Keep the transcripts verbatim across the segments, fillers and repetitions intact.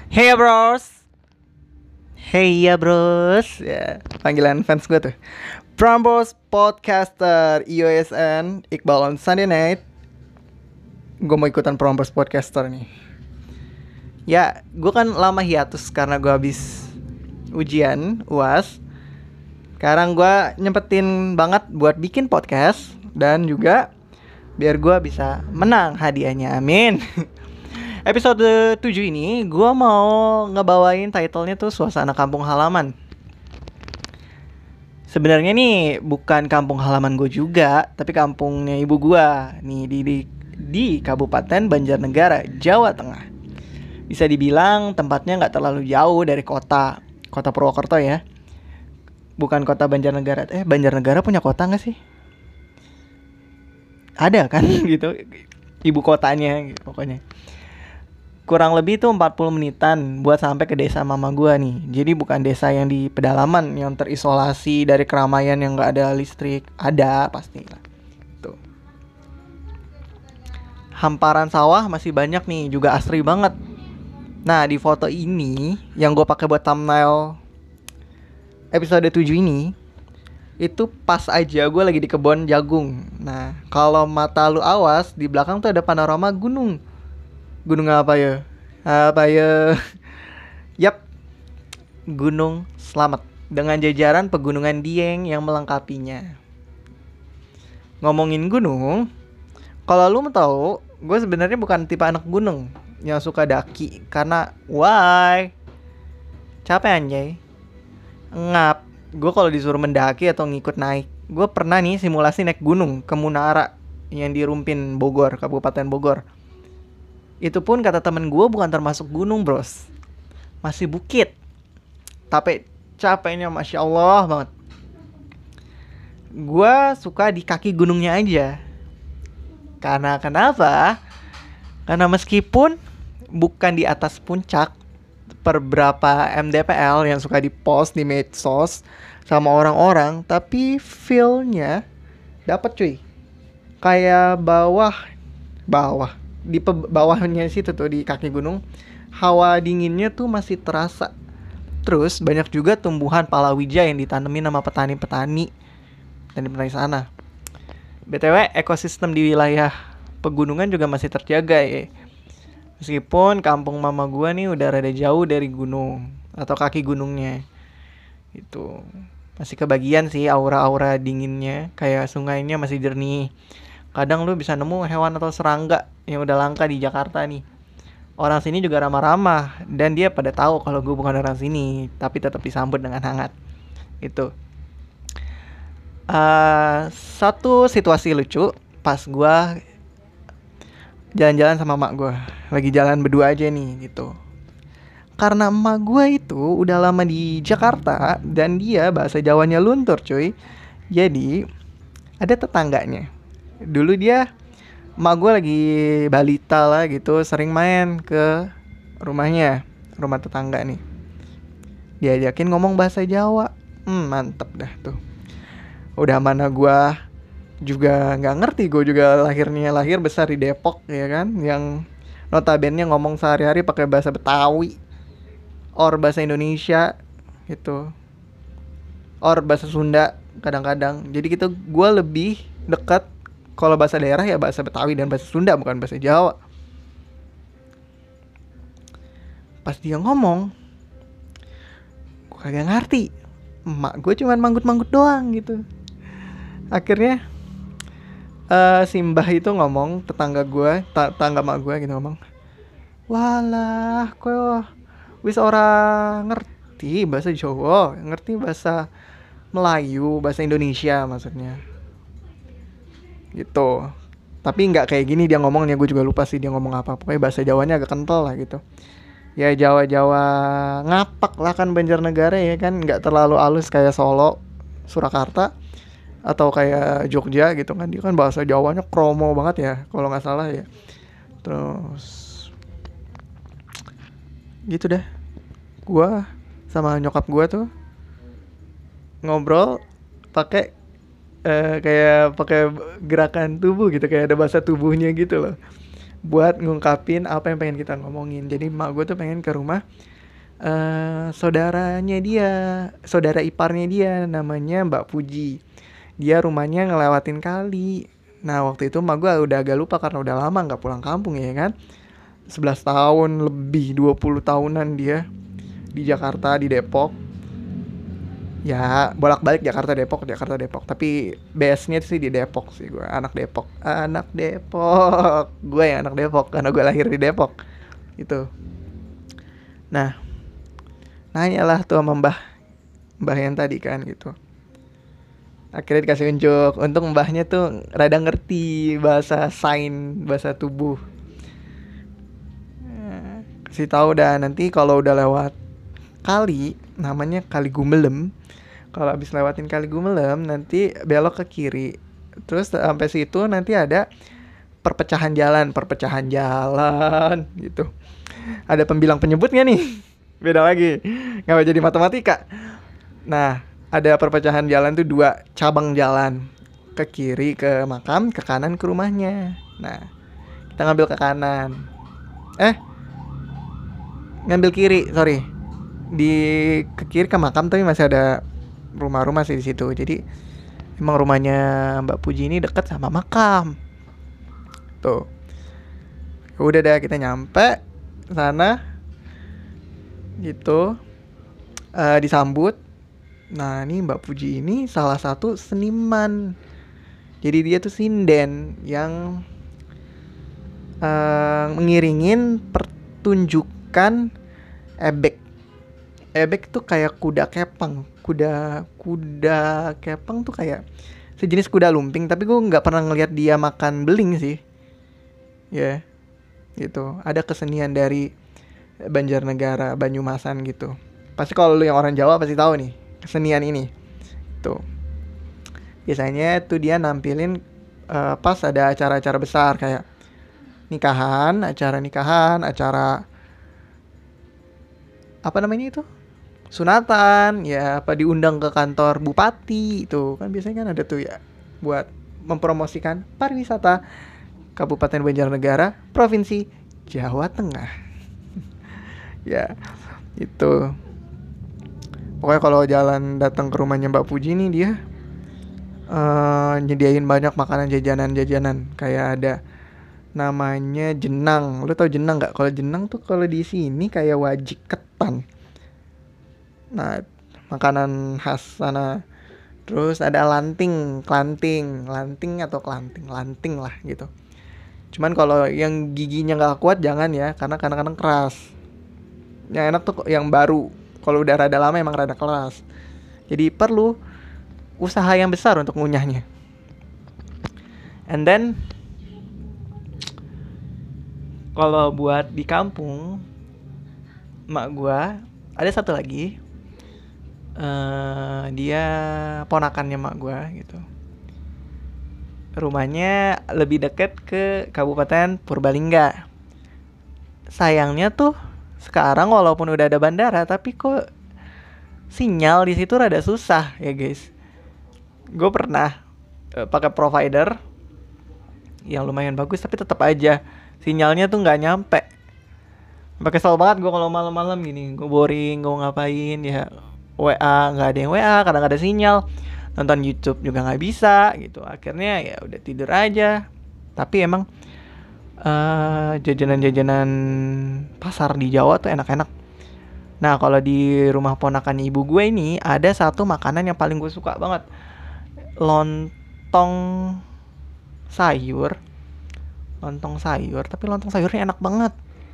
Hey ya bros. Hey ya bros. Ya, panggilan fans gue tuh. Prambors Podcaster I O S N Iqbal on Sunday night. Gue mau ikutan Prambors Podcaster nih. Ya, gue kan lama hiatus karena gue habis ujian U A S. Sekarang gue nyempetin banget buat bikin podcast dan juga biar gue bisa menang hadiahnya. Amin. Episode tujuh ini gue mau ngebawain title-nya tuh Suasana Kampung Halaman. Sebenarnya nih bukan kampung halaman gue juga, tapi kampungnya ibu gue nih di, di di Kabupaten Banjarnegara, Jawa Tengah. Bisa dibilang tempatnya nggak terlalu jauh dari kota kota Purwokerto ya. Bukan kota Banjarnegara. Eh Banjarnegara punya kota nggak sih? Ada kan gitu, ibu kotanya gitu, pokoknya. Kurang lebih tuh empat puluh menitan buat sampai ke desa mama gua nih. Jadi bukan desa yang di pedalaman yang terisolasi dari keramaian yang gak ada listrik. Ada pasti lah. Tuh. Hamparan sawah masih banyak nih, juga asri banget. Nah, di foto ini yang gua pakai buat thumbnail episode tujuh ini, itu pas aja gue lagi di kebun jagung. Nah, kalau mata lu awas, di belakang tuh ada panorama gunung. Gunung apa ya? Apa ya? Yap, Gunung Slamet dengan jajaran pegunungan Dieng yang melengkapinya. Ngomongin gunung, kalau lu mau tahu, gue sebenarnya bukan tipe anak gunung yang suka daki karena why? Capek anjay. Ngap. Gue kalau disuruh mendaki atau ngikut naik, gue pernah nih simulasi naik gunung ke Munara yang di Rumpin, Bogor, Kabupaten Bogor. Itu pun kata temen gue bukan termasuk gunung bros, masih bukit. Tapi capeknya Masya Allah banget. Gue suka di kaki gunungnya aja. Karena kenapa? Karena meskipun bukan di atas puncak, per berapa M D P L yang suka di-post di medsos sama orang-orang, tapi feel-nya dapat cuy. Kayak bawah bawah di pe- bawahnya situ tuh di kaki gunung, hawa dinginnya tuh masih terasa. Terus banyak juga tumbuhan palawija yang ditanemin sama petani-petani dan di petani sana. B T W ekosistem di wilayah pegunungan juga masih terjaga ya. Meskipun kampung mama gua nih udah rada jauh dari gunung atau kaki gunungnya. Itu masih kebagian sih aura-aura dinginnya, kayak sungainya masih jernih. Kadang lu bisa nemu hewan atau serangga yang udah langka di Jakarta nih. Orang sini juga ramah-ramah dan dia pada tahu kalau gue bukan orang sini, tapi tetap disambut dengan hangat. Itu. Uh, satu situasi lucu pas gue jalan-jalan sama emak gue, lagi jalan berdua aja nih gitu. Karena emak gue itu udah lama di Jakarta dan dia bahasa Jawanya luntur cuy. Jadi ada tetangganya. Dulu dia, emak gue lagi balita lah gitu, sering main ke rumahnya, rumah tetangga nih. Diajakin ngomong bahasa Jawa. Hmm mantep dah tuh. Udah mana gue juga nggak ngerti, gue juga lahirnya lahir besar di Depok ya kan, yang notabene ngomong sehari-hari pakai bahasa Betawi or bahasa Indonesia gitu, or bahasa Sunda kadang-kadang. Jadi gitu gue lebih dekat kalau bahasa daerah ya bahasa Betawi dan bahasa Sunda, bukan bahasa Jawa. Pas dia ngomong, gue kagak ngerti. Emak gue cuman manggut-manggut doang gitu. Akhirnya uh, si mbah itu ngomong, tetangga gue, ta- tetangga mak gue gitu ngomong, walah kowe wis ora ngerti bahasa Jawa, ngerti bahasa Melayu, bahasa Indonesia maksudnya gitu. Tapi nggak kayak gini dia ngomongnya, gue juga lupa sih dia ngomong apa. Pokoknya bahasa Jawanya agak kental lah gitu. Ya Jawa-Jawa ngapak lah kan Banjarnegara ya kan, nggak terlalu halus kayak Solo, Surakarta atau kayak Jogja gitu kan. Dia kan bahasa Jawanya kromo banget ya kalau nggak salah ya. Terus gitu dah, gua sama nyokap gua tuh ngobrol pakai eh, kayak pakai gerakan tubuh gitu, kayak ada bahasa tubuhnya gitu loh. buat ngungkapin apa yang pengen kita ngomongin. Jadi mak gue tuh pengen ke rumah eh saudaranya dia, saudara iparnya dia, namanya Mbak Puji. Dia rumahnya ngelewatin kali. Nah waktu itu mak gue udah agak lupa karena udah lama nggak pulang kampung ya kan. Sebelas tahun lebih, dua puluh tahunan dia di Jakarta, di Depok. Ya bolak-balik Jakarta Depok, Jakarta Depok. Tapi base-nya sih di Depok sih gue. Anak Depok, anak Depok. Gue yang anak Depok karena gue lahir di Depok. Gitu. Nah, nanyalah tuh sama mbah, mbah yang tadi kan gitu. Akhirnya dikasih unjuk. Untung mbahnya tuh rada ngerti bahasa sign, bahasa tubuh. Eh, Kasih tahu dah nanti kalau udah lewat kali, namanya Kali Gumelem. Kalau habis lewatin Kali Gumelem nanti belok ke kiri. Terus sampai situ nanti ada perpecahan jalan, perpecahan jalan gitu. Ada pembilang penyebut nggak nih? Beda lagi. Nggak jadi matematika. Nah, ada perpecahan jalan tuh dua cabang jalan. Ke kiri ke makam, ke kanan ke rumahnya. Nah, kita ngambil ke kanan. Eh, ngambil kiri, sorry. Di ke kiri ke makam tapi masih ada rumah-rumah sih di situ. Jadi emang rumahnya Mbak Puji ini dekat sama makam. Tuh. Udah dah kita nyampe sana gitu. Eh, disambut. Nah ini Mbak Puji ini salah satu seniman. Jadi dia tuh sinden yang eh, mengiringin pertunjukan ebek. Ebek tuh kayak kuda kepang. Kuda kuda kepang tuh kayak sejenis kuda lumping. Tapi gue nggak pernah ngeliat dia makan beling sih. Ya, gitu. Ada kesenian dari Banjarnegara, Banyumasan gitu. Pasti kalau lu yang orang Jawa pasti tahu nih kesenian ini. Tuh. Biasanya tuh dia nampilin uh, pas ada acara-acara besar kayak nikahan, acara nikahan, acara apa namanya itu? Sunatan, ya apa diundang ke kantor bupati itu. Kan biasanya kan ada tuh ya buat mempromosikan pariwisata Kabupaten Banjarnegara, Provinsi Jawa Tengah. Ya, itu. Pokoknya kalau jalan datang ke rumahnya Mbak Puji nih dia uh, nyediain banyak makanan jajanan-jajanan. Kayak ada namanya jenang. Lu tau jenang nggak? Kalau jenang tuh kalau di sini kayak wajik ketan. Nah, makanan khas sana. Terus ada lanting, klanting, lanting atau klanting, lanting lah gitu. Cuman kalau yang giginya nggak kuat jangan ya, karena kadang-kadang keras. Yang enak tuh yang baru. Kalau udah rada lama emang rada keras. Jadi perlu usaha yang besar untuk ngunyahnya. And then kalau buat di kampung mak gua ada satu lagi. Uh, dia ponakannya mak gua gitu. Rumahnya lebih dekat ke Kabupaten Purbalingga. Sayangnya tuh sekarang walaupun udah ada bandara tapi kok sinyal di situ rada susah ya guys. Gue pernah uh, pakai provider yang lumayan bagus tapi tetap aja sinyalnya tuh nggak nyampe. Sampai kesel banget gue kalau malam-malam gini, gue boring, gue ngapain ya W A nggak ada yang W A, kadang nggak ada sinyal, nonton YouTube juga nggak bisa gitu. Akhirnya ya udah tidur aja. Tapi emang uh, jajanan-jajanan pasar di Jawa tuh enak-enak. Nah kalau di rumah ponakan ibu gue ini ada satu makanan yang paling gue suka banget, lontong sayur. Lontong sayur, tapi lontong sayurnya enak banget.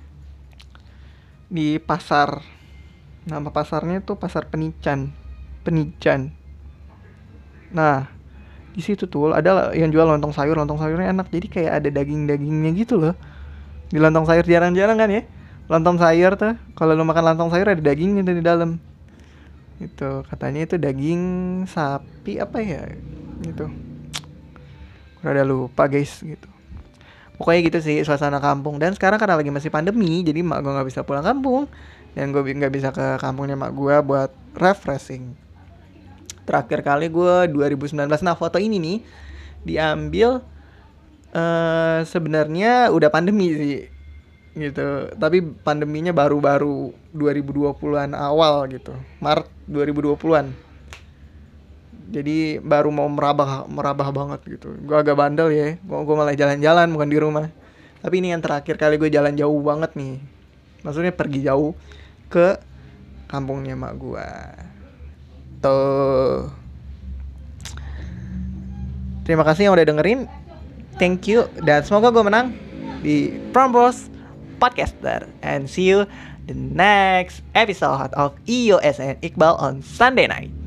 Di pasar, nama pasarnya tuh Pasar Penican, Penican. Nah, di situ tuh ada yang jual lontong sayur, lontong sayurnya enak. Jadi kayak ada daging-dagingnya gitu loh. Di lontong sayur jarang-jarang kan ya? Lontong sayur tuh, kalau lu makan lontong sayur ada dagingnya di dalam. Itu katanya itu daging sapi apa ya? Gitu. Udah lupa guys gitu. Pokoknya gitu sih suasana kampung. Dan sekarang karena lagi masih pandemi, jadi mak gue nggak bisa pulang kampung dan gue nggak bisa ke kampungnya mak gue buat refreshing. Terakhir kali gue dua ribu sembilan belas. Nah foto ini nih diambil eh sebenarnya udah pandemi sih gitu. Tapi pandeminya baru-baru dua ribu dua puluhan awal gitu. Maret dua ribu dua puluhan. Jadi baru mau merabah merabah banget gitu. Gue agak bandel ya. Gue gue malah jalan-jalan bukan di rumah. Tapi ini yang terakhir kali gue jalan jauh banget nih. Maksudnya pergi jauh ke kampungnya mak gue. Tuh. Terima kasih yang udah dengerin. Thank you dan semoga gue menang di Prambors Podcaster, and see you the next episode of E O S and Iqbal on Sunday night.